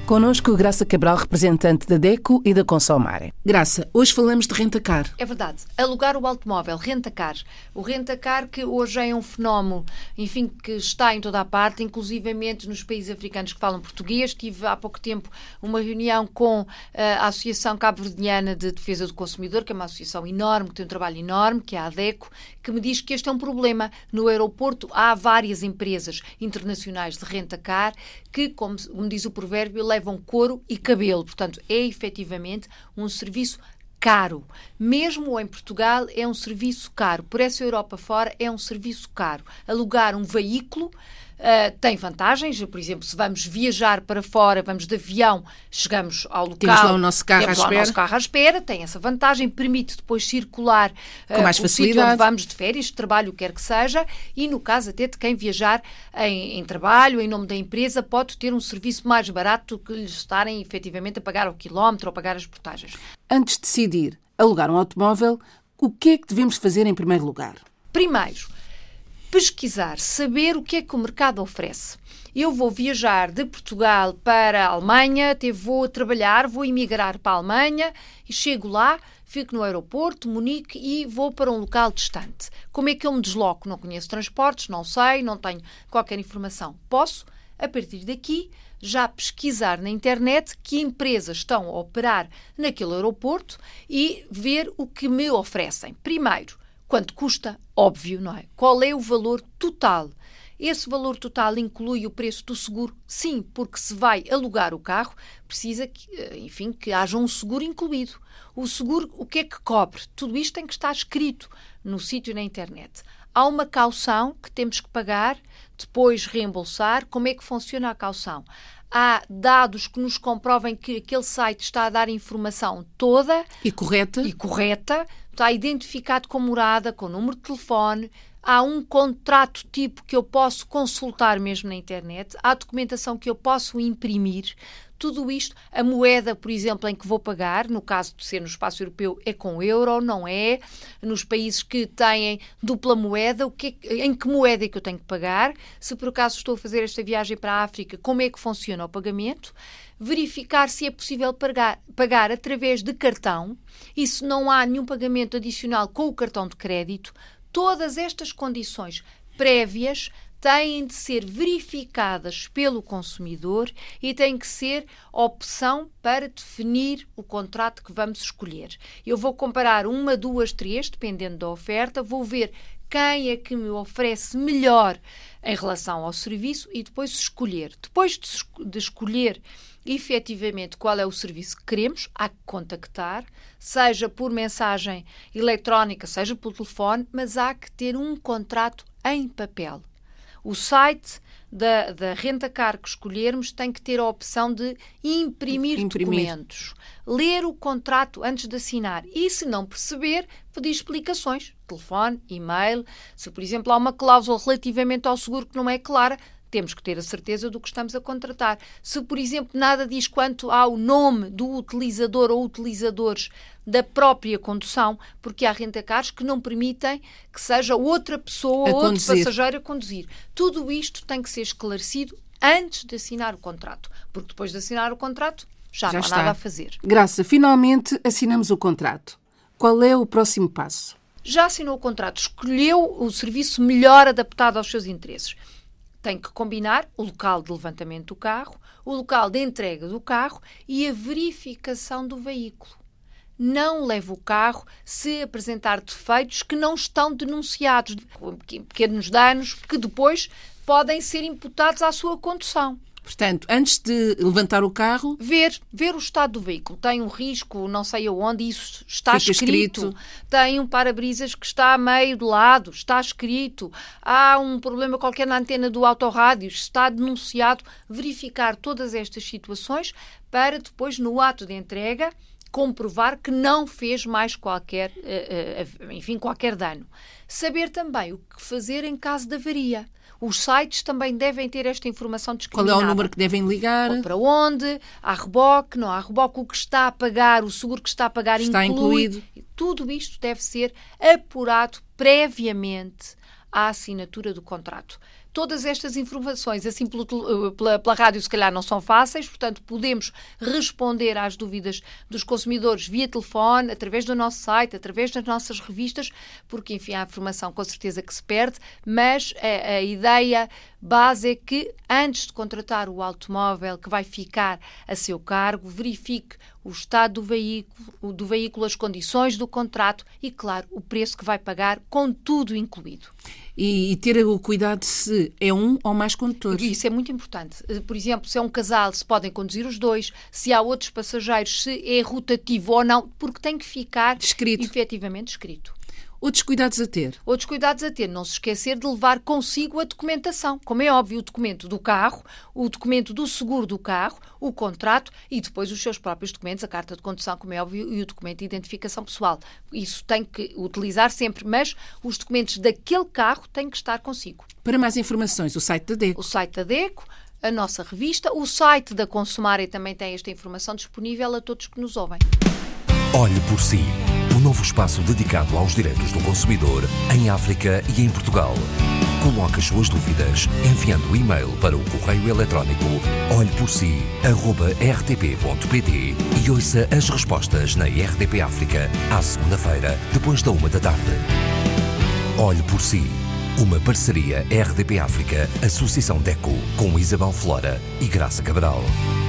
Connosco, Graça Cabral, representante da DECO e da Consomare. Graça, hoje falamos de rentacar. É verdade. Alugar o automóvel, rentacar. O rentacar que hoje é um fenómeno, enfim, que está em toda a parte, inclusivamente nos países africanos que falam português. Tive há pouco tempo uma reunião com a Associação Cabo-Verdiana de Defesa do Consumidor, que é uma associação enorme, que tem um trabalho enorme, que é a DECO, que me diz que este é um problema. No aeroporto há várias empresas internacionais de rentacar que, como diz o provérbio, levam couro e cabelo. Portanto, é efetivamente um serviço caro. Mesmo em Portugal é um serviço caro. Por essa Europa fora é um serviço caro. Alugar um veículo tem vantagens. Por exemplo, se vamos viajar para fora, vamos de avião, chegamos ao local... Temos lá o nosso carro à espera. O nosso carro à espera, tem essa vantagem, permite depois circular com mais facilidade. Sítio onde vamos de férias, de trabalho, o que quer que seja, e no caso até de quem viajar em trabalho, em nome da empresa, pode ter um serviço mais barato do que lhes estarem efetivamente a pagar ao quilómetro ou a pagar as portagens. Antes de decidir alugar um automóvel, o que é que devemos fazer em primeiro lugar? Primeiro, pesquisar, saber o que é que o mercado oferece. Eu vou viajar de Portugal para a Alemanha, até vou trabalhar, vou emigrar para a Alemanha e chego lá, fico no aeroporto, Munique, e vou para um local distante. Como é que eu me desloco? Não conheço transportes, não sei, não tenho qualquer informação. Posso, a partir daqui, já pesquisar na internet que empresas estão a operar naquele aeroporto e ver o que me oferecem. Primeiro, quanto custa? Óbvio, não é? Qual é o valor total? Esse valor total inclui o preço do seguro? Sim, porque se vai alugar o carro, precisa que haja um seguro incluído. O seguro, o que é que cobre? Tudo isto tem que estar escrito no sítio na internet. Há uma caução que temos que pagar, depois reembolsar. Como é que funciona a caução? Há dados que nos comprovem que aquele site está a dar informação toda e correta. Está identificado com morada, com número de telefone. Há um contrato tipo que eu posso consultar mesmo na internet. Há documentação que eu posso imprimir. Tudo isto, a moeda, por exemplo, em que vou pagar, no caso de ser no espaço europeu, é com euro, não é? Nos países que têm dupla moeda, em que moeda é que eu tenho que pagar? Se por acaso estou a fazer esta viagem para a África, como é que funciona o pagamento? Verificar se é possível pagar através de cartão e se não há nenhum pagamento adicional com o cartão de crédito. Todas estas condições prévias têm de ser verificadas pelo consumidor e têm que ser opção para definir o contrato que vamos escolher. Eu vou comparar 1, 2, 3, dependendo da oferta, vou ver quem é que me oferece melhor em relação ao serviço e depois escolher. Depois de escolher efetivamente qual é o serviço que queremos, há que contactar, seja por mensagem eletrónica, seja por telefone, mas há que ter um contrato em papel. O site da Rentacar que escolhermos tem que ter a opção de imprimir documentos, ler o contrato antes de assinar e, se não perceber, pedir explicações, telefone, e-mail. Se, por exemplo, há uma cláusula relativamente ao seguro que não é clara, temos que ter a certeza do que estamos a contratar. Se, por exemplo, nada diz quanto ao nome do utilizador ou utilizadores da própria condução, porque há rentacares que não permitem que seja outra pessoa ou outro passageiro a conduzir. Tudo isto tem que ser esclarecido antes de assinar o contrato, porque depois de assinar o contrato já não há nada a fazer. Graça, finalmente assinamos o contrato. Qual é o próximo passo? Já assinou o contrato, escolheu o serviço melhor adaptado aos seus interesses. Tem que combinar o local de levantamento do carro, o local de entrega do carro e a verificação do veículo. Não leve o carro se apresentar defeitos que não estão denunciados, pequenos danos que depois podem ser imputados à sua condução. Portanto, antes de levantar o carro... Ver o estado do veículo. Tem um risco, não sei aonde, isso está escrito. Tem um para-brisas que está meio de lado, está escrito. Há um problema qualquer na antena do autorrádio, está denunciado. Verificar todas estas situações para depois, no ato de entrega, comprovar que não fez mais qualquer dano. Saber também o que fazer em caso de avaria. Os sites também devem ter esta informação discriminada. Qual é o número que devem ligar? Ou para onde? Há reboque, não há reboque, o que está a pagar, o seguro que está a pagar está incluído. Tudo isto deve ser apurado previamente à assinatura do contrato. Todas estas informações, assim pela rádio, se calhar não são fáceis, portanto, podemos responder às dúvidas dos consumidores via telefone, através do nosso site, através das nossas revistas, porque, enfim, há informação com certeza que se perde, mas a ideia base é que, antes de contratar o automóvel que vai ficar a seu cargo, verifique o estado do veículo, as condições do contrato e, claro, o preço que vai pagar, com tudo incluído. E ter o cuidado se é um ou mais condutores. Isso é muito importante. Por exemplo, se é um casal, se podem conduzir os dois, se há outros passageiros, se é rotativo ou não, porque tem que ficar efetivamente escrito. Outros cuidados a ter? Outros cuidados a ter. Não se esquecer de levar consigo a documentação. Como é óbvio, o documento do carro, o documento do seguro do carro, o contrato e depois os seus próprios documentos, a carta de condução, como é óbvio, e o documento de identificação pessoal. Isso tem que utilizar sempre, mas os documentos daquele carro têm que estar consigo. Para mais informações, o site da DECO. O site da DECO, a nossa revista, o site da Consumarem também tem esta informação disponível a todos que nos ouvem. Olhe por si. Um novo espaço dedicado aos direitos do consumidor em África e em Portugal. Coloque as suas dúvidas enviando o e-mail para o correio eletrónico olheporsi@rtp.pt e ouça as respostas na RDP África à segunda-feira, depois da 1 da tarde. Olhe por si. Uma parceria RDP África, Associação DECO, com Isabel Flora e Graça Cabral.